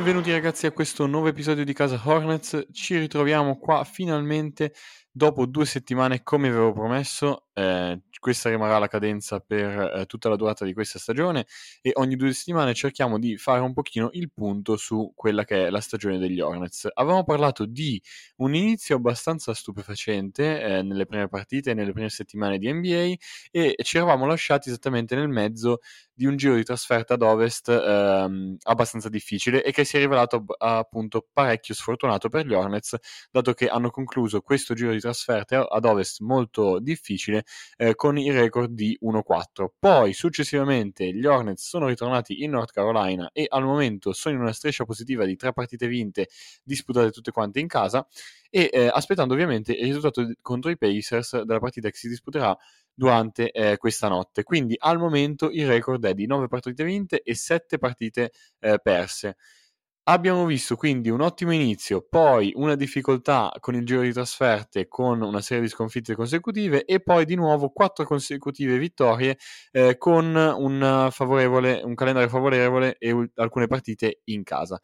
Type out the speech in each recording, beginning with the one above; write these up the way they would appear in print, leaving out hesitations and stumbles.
Benvenuti ragazzi a questo nuovo episodio di Casa Hornets. Ci ritroviamo qua finalmente dopo 2 settimane come avevo promesso. Questa rimarrà la cadenza per tutta la durata di questa stagione e ogni 2 settimane cerchiamo di fare un pochino il punto su quella che è la stagione degli Hornets. Avevamo parlato di un inizio abbastanza stupefacente nelle prime partite, nelle prime settimane di NBA e ci eravamo lasciati esattamente nel mezzo di un giro di trasferta ad Ovest abbastanza difficile e che si è rivelato appunto parecchio sfortunato per gli Hornets, dato che hanno concluso questo giro di trasferte ad Ovest molto difficile con il record di 1-4. Poi successivamente gli Hornets sono ritornati in North Carolina e al momento sono in una striscia positiva di 3 partite vinte disputate tutte quante in casa e aspettando ovviamente il risultato contro i Pacers della partita che si disputerà durante questa notte. Quindi al momento il record è di 9 partite vinte e 7 partite perse. Abbiamo visto quindi un ottimo inizio, poi una difficoltà con il giro di trasferte con una serie di sconfitte consecutive e poi di nuovo 4 consecutive vittorie con un calendario favorevole e alcune partite in casa.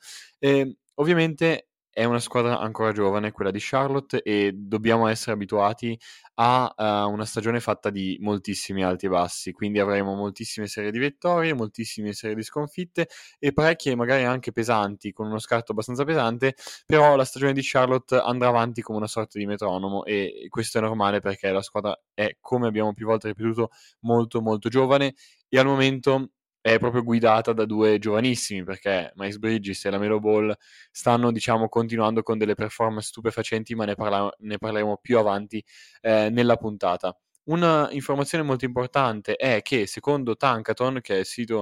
Ovviamente è una squadra ancora giovane, quella di Charlotte, e dobbiamo essere abituati a una stagione fatta di moltissimi alti e bassi, quindi avremo moltissime serie di vittorie, moltissime serie di sconfitte e parecchie magari anche pesanti, con uno scarto abbastanza pesante, però la stagione di Charlotte andrà avanti come una sorta di metronomo e questo è normale perché la squadra è, come abbiamo più volte ripetuto, molto molto giovane e al momento è proprio guidata da 2 giovanissimi, perché Miles Bridges e LaMelo Ball stanno, diciamo, continuando con delle performance stupefacenti, ma ne parleremo più avanti nella puntata. Una informazione molto importante è che secondo Tankathon, che è il sito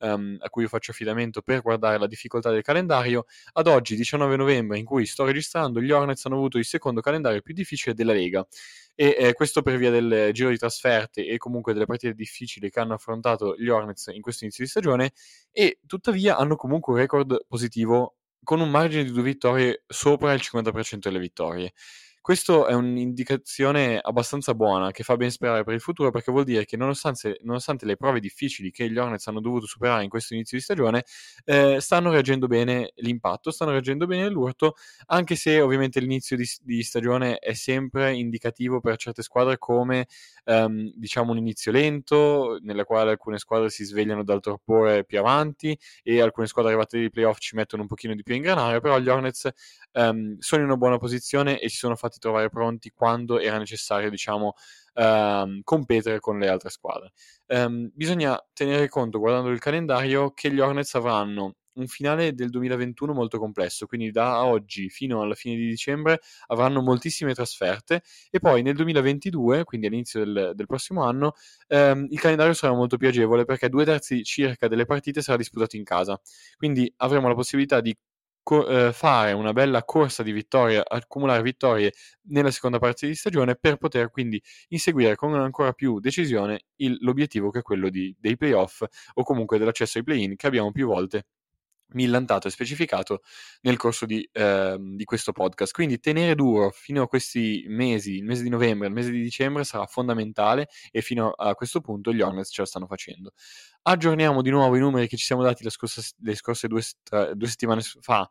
a cui io faccio affidamento per guardare la difficoltà del calendario, ad oggi 19 novembre in cui sto registrando, gli Hornets hanno avuto il secondo calendario più difficile della Lega e questo per via del giro di trasferte e comunque delle partite difficili che hanno affrontato gli Hornets in questo inizio di stagione, e tuttavia hanno comunque un record positivo con un margine di 2 vittorie sopra il 50% delle vittorie. Questo è un'indicazione abbastanza buona che fa ben sperare per il futuro, perché vuol dire che nonostante le prove difficili che gli Hornets hanno dovuto superare in questo inizio di stagione, stanno reagendo bene l'impatto, stanno reagendo bene l'urto, anche se ovviamente l'inizio di stagione è sempre indicativo per certe squadre come diciamo un inizio lento, nella quale alcune squadre si svegliano dal torpore più avanti e alcune squadre arrivate ai playoff ci mettono un pochino di più in granare, però gli Hornets sono in una buona posizione e si sono fatti trovare pronti quando era necessario, diciamo, competere con le altre squadre. Bisogna tenere conto, guardando il calendario, che gli Hornets avranno un finale del 2021 molto complesso, quindi da oggi fino alla fine di dicembre avranno moltissime trasferte e poi nel 2022, quindi all'inizio del prossimo anno, il calendario sarà molto più agevole perché 2/3 circa delle partite sarà disputato in casa, quindi avremo la possibilità di fare una bella corsa di vittorie, accumulare vittorie nella seconda parte di stagione per poter quindi inseguire con ancora più decisione l'obiettivo che è quello dei playoff o comunque dell'accesso ai play-in che abbiamo più volte millantato e specificato nel corso di questo podcast. Quindi tenere duro fino a questi mesi, il mese di novembre, il mese di dicembre sarà fondamentale e fino a questo punto gli Hornets ce la stanno facendo. Aggiorniamo di nuovo i numeri che ci siamo dati le scorse 2 settimane fa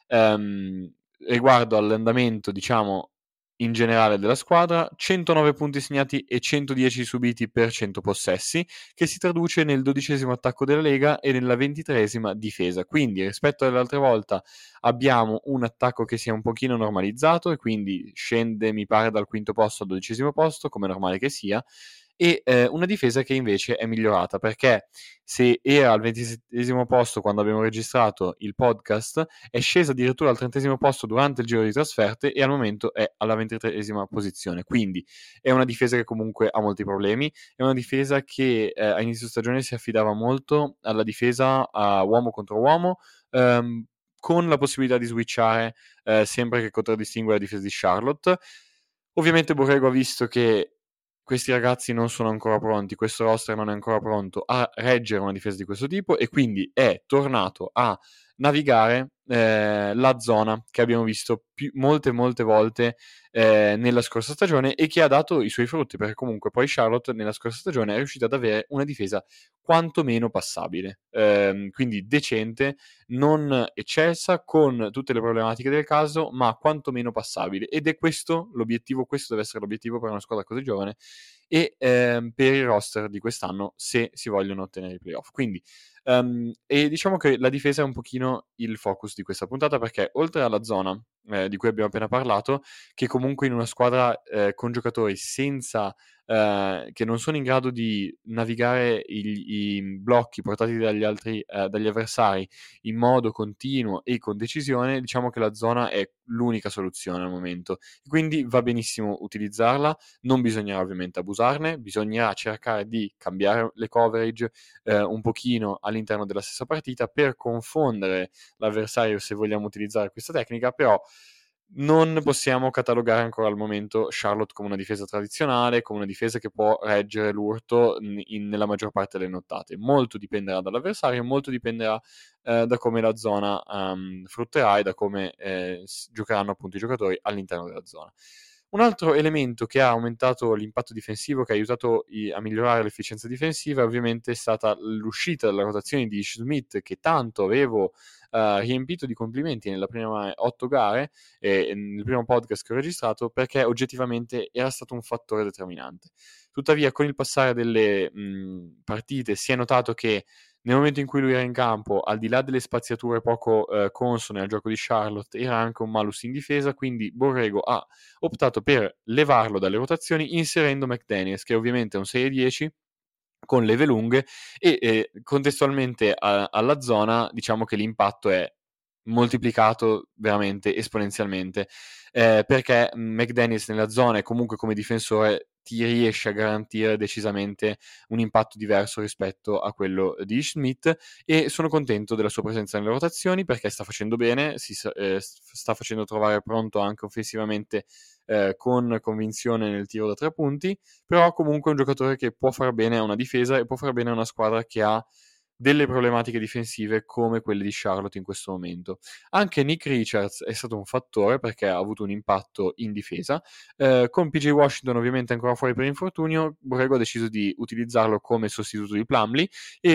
riguardo all'andamento, diciamo, in generale della squadra: 109 punti segnati e 110 subiti per 100 possessi, che si traduce nel 12° attacco della Lega e nella 23° difesa. Quindi rispetto all'altra volta abbiamo un attacco che si è un pochino normalizzato e quindi scende, mi pare, dal 5° posto al 12° posto, come è normale che sia, e una difesa che invece è migliorata, perché se era al 27° posto quando abbiamo registrato il podcast, è scesa addirittura al 30° posto durante il giro di trasferte e al momento è alla 23° posizione. Quindi è una difesa che comunque ha molti problemi, è una difesa che a inizio stagione si affidava molto alla difesa a uomo contro uomo, con la possibilità di switchare sempre che contraddistingue la difesa di Charlotte. Ovviamente Borrego ha visto che questi ragazzi non sono ancora pronti, questo roster non è ancora pronto a reggere una difesa di questo tipo e quindi è tornato a navigare la zona che abbiamo visto molte volte nella scorsa stagione e che ha dato i suoi frutti, perché comunque poi Charlotte nella scorsa stagione è riuscita ad avere una difesa quantomeno passabile, quindi decente, non eccelsa con tutte le problematiche del caso, ma quantomeno passabile, ed è questo l'obiettivo, questo deve essere l'obiettivo per una squadra così giovane e per il roster di quest'anno se si vogliono ottenere i playoff. Quindi e diciamo che la difesa è un pochino il focus di questa puntata, perché oltre alla zona di cui abbiamo appena parlato, che comunque in una squadra con giocatori senza che non sono in grado di navigare i blocchi portati dagli avversari in modo continuo e con decisione, diciamo che la zona è l'unica soluzione al momento. Quindi va benissimo utilizzarla, non bisognerà ovviamente abusarne, bisognerà cercare di cambiare le coverage un pochino all'interno della stessa partita per confondere l'avversario se vogliamo utilizzare questa tecnica, però non possiamo catalogare ancora al momento Charlotte come una difesa tradizionale, come una difesa che può reggere l'urto nella maggior parte delle nottate. Molto dipenderà dall'avversario, molto dipenderà da come la zona frutterà e da come giocheranno appunto i giocatori all'interno della zona. Un altro elemento che ha aumentato l'impatto difensivo, che ha aiutato a migliorare l'efficienza difensiva, ovviamente è stata l'uscita dalla rotazione di Smith, che tanto avevo riempito di complimenti nelle prime 8 gare e nel primo podcast che ho registrato, perché oggettivamente era stato un fattore determinante. Tuttavia, con il passare delle partite si è notato che nel momento in cui lui era in campo, al di là delle spaziature poco consone al gioco di Charlotte, era anche un malus in difesa, quindi Borrego ha optato per levarlo dalle rotazioni inserendo McDaniels, che ovviamente è un 6-10 con leve lunghe e contestualmente alla zona diciamo che l'impatto è moltiplicato veramente esponenzialmente, perché McDaniels nella zona e comunque come difensore ti riesce a garantire decisamente un impatto diverso rispetto a quello di Smith, e sono contento della sua presenza nelle rotazioni perché sta facendo bene, sta facendo trovare pronto anche offensivamente con convinzione nel tiro da 3 punti, però comunque è un giocatore che può far bene a una difesa e può far bene a una squadra che ha delle problematiche difensive come quelle di Charlotte in questo momento. Anche Nick Richards è stato un fattore perché ha avuto un impatto in difesa. Con PJ Washington ovviamente ancora fuori per infortunio, Borrego ha deciso di utilizzarlo come sostituto di Plumlee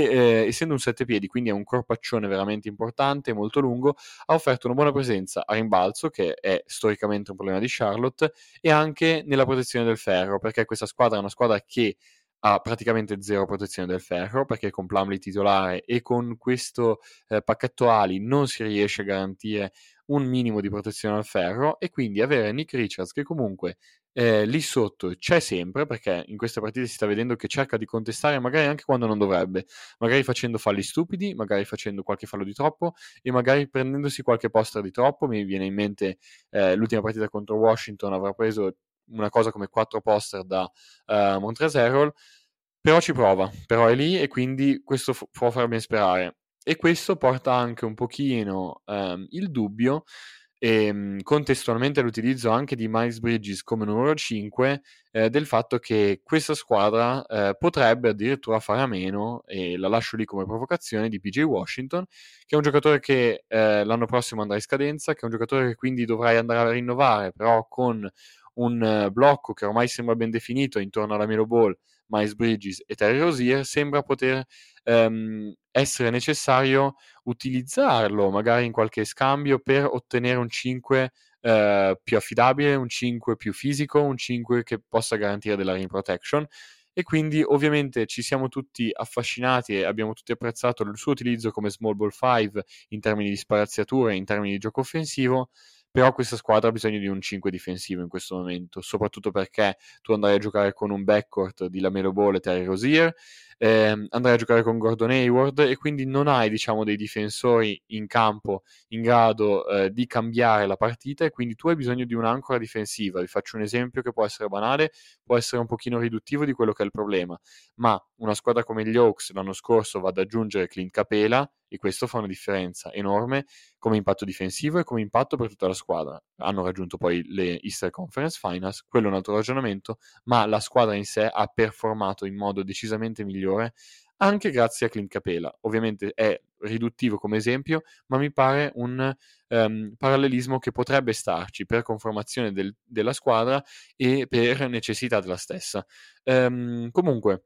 e essendo un 7 piedi, quindi è un corpaccione veramente importante, molto lungo, ha offerto una buona presenza a rimbalzo, che è storicamente un problema di Charlotte, e anche nella protezione del ferro, perché questa squadra è una squadra che ha praticamente zero protezione del ferro, perché con Plumlee titolare e con questo pacchetto ali non si riesce a garantire un minimo di protezione al ferro, e quindi avere Nick Richards che comunque lì sotto c'è sempre, perché in queste partite si sta vedendo che cerca di contestare magari anche quando non dovrebbe, magari facendo falli stupidi, magari facendo qualche fallo di troppo e magari prendendosi qualche poster di troppo. Mi viene in mente l'ultima partita contro Washington, avrà preso una cosa come 4 poster da Montrezl Harrell, però ci prova, però è lì e quindi questo può far ben sperare. E questo porta anche un pochino il dubbio contestualmente all'utilizzo anche di Miles Bridges come numero 5 del fatto che questa squadra potrebbe addirittura fare a meno, e la lascio lì come provocazione, di PJ Washington, che è un giocatore che l'anno prossimo andrà in scadenza, che è un giocatore che quindi dovrai andare a rinnovare, però con un blocco che ormai sembra ben definito intorno alla Melo Ball, Miles Bridges e Terry Rozier, sembra poter essere necessario utilizzarlo magari in qualche scambio per ottenere un 5 più affidabile, un 5 più fisico, un 5 che possa garantire della rim protection. E quindi ovviamente ci siamo tutti affascinati e abbiamo tutti apprezzato il suo utilizzo come small ball 5 in termini di spaziature, in termini di gioco offensivo, però questa squadra ha bisogno di un 5 difensivo in questo momento, soprattutto perché tu andrai a giocare con un backcourt di LaMelo Ball e Terry Rozier, andrai a giocare con Gordon Hayward e quindi non hai, diciamo, dei difensori in campo in grado di cambiare la partita, e quindi tu hai bisogno di un'ancora difensiva. Vi faccio un esempio che può essere banale, può essere un pochino riduttivo di quello che è il problema, ma una squadra come gli Hawks l'anno scorso va ad aggiungere Clint Capela e questo fa una differenza enorme come impatto difensivo e come impatto per tutta la squadra. Hanno raggiunto poi le Easter Conference Finals, quello è un altro ragionamento, ma la squadra in sé ha performato in modo decisamente migliore anche grazie a Clint Capela. Ovviamente è riduttivo come esempio, ma mi pare un parallelismo che potrebbe starci per conformazione della squadra e per necessità della stessa. Comunque,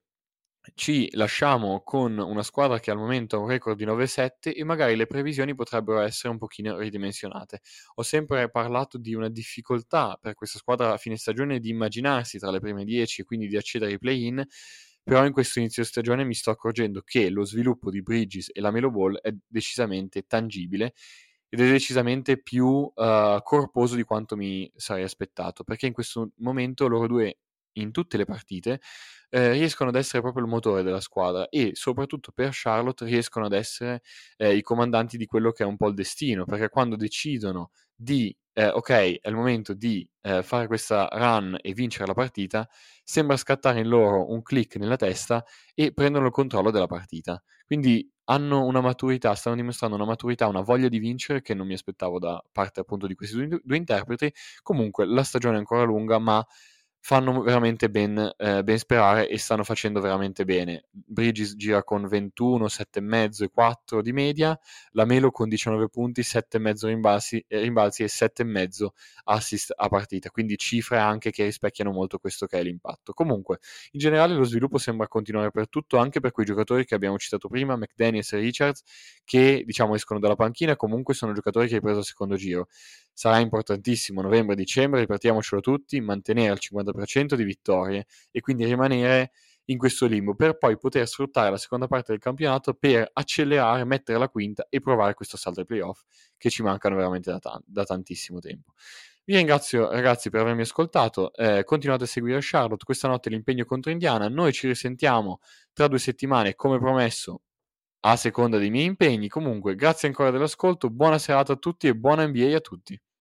ci lasciamo con una squadra che al momento ha un record di 9-7 e magari le previsioni potrebbero essere un pochino ridimensionate. Ho sempre parlato di una difficoltà per questa squadra a fine stagione di immaginarsi tra le prime 10 e quindi di accedere ai play-in, però in questo inizio stagione mi sto accorgendo che lo sviluppo di Bridges e la Melo Ball è decisamente tangibile ed è decisamente più corposo di quanto mi sarei aspettato, perché in questo momento loro due in tutte le partite riescono ad essere proprio il motore della squadra e soprattutto per Charlotte riescono ad essere i comandanti di quello che è un po' il destino, perché quando decidono di ok, è il momento di fare questa run e vincere la partita, sembra scattare in loro un click nella testa e prendono il controllo della partita. Quindi hanno una maturità, stanno dimostrando una maturità, una voglia di vincere che non mi aspettavo da parte appunto di questi due interpreti. Comunque la stagione è ancora lunga, ma fanno veramente ben sperare e stanno facendo veramente bene. Bridges gira con 21, 7,5 e 4 di media, la Melo con 19 punti, 7,5 rimbalzi e 7,5 assist a partita, quindi cifre anche che rispecchiano molto questo che è l'impatto. Comunque, in generale lo sviluppo sembra continuare per tutto, anche per quei giocatori che abbiamo citato prima, McDaniels e Richards, che diciamo escono dalla panchina e comunque sono giocatori che hai preso al secondo giro. Sarà importantissimo novembre-dicembre, ripartiamocelo tutti, mantenere il 50% di vittorie e quindi rimanere in questo limbo per poi poter sfruttare la seconda parte del campionato per accelerare, mettere la quinta e provare questo salto ai playoff che ci mancano veramente da tantissimo tempo. Vi ringrazio ragazzi per avermi ascoltato, continuate a seguire Charlotte, questa notte l'impegno contro Indiana, noi ci risentiamo tra 2 settimane come promesso a seconda dei miei impegni. Comunque grazie ancora dell'ascolto, buona serata a tutti e buona NBA a tutti.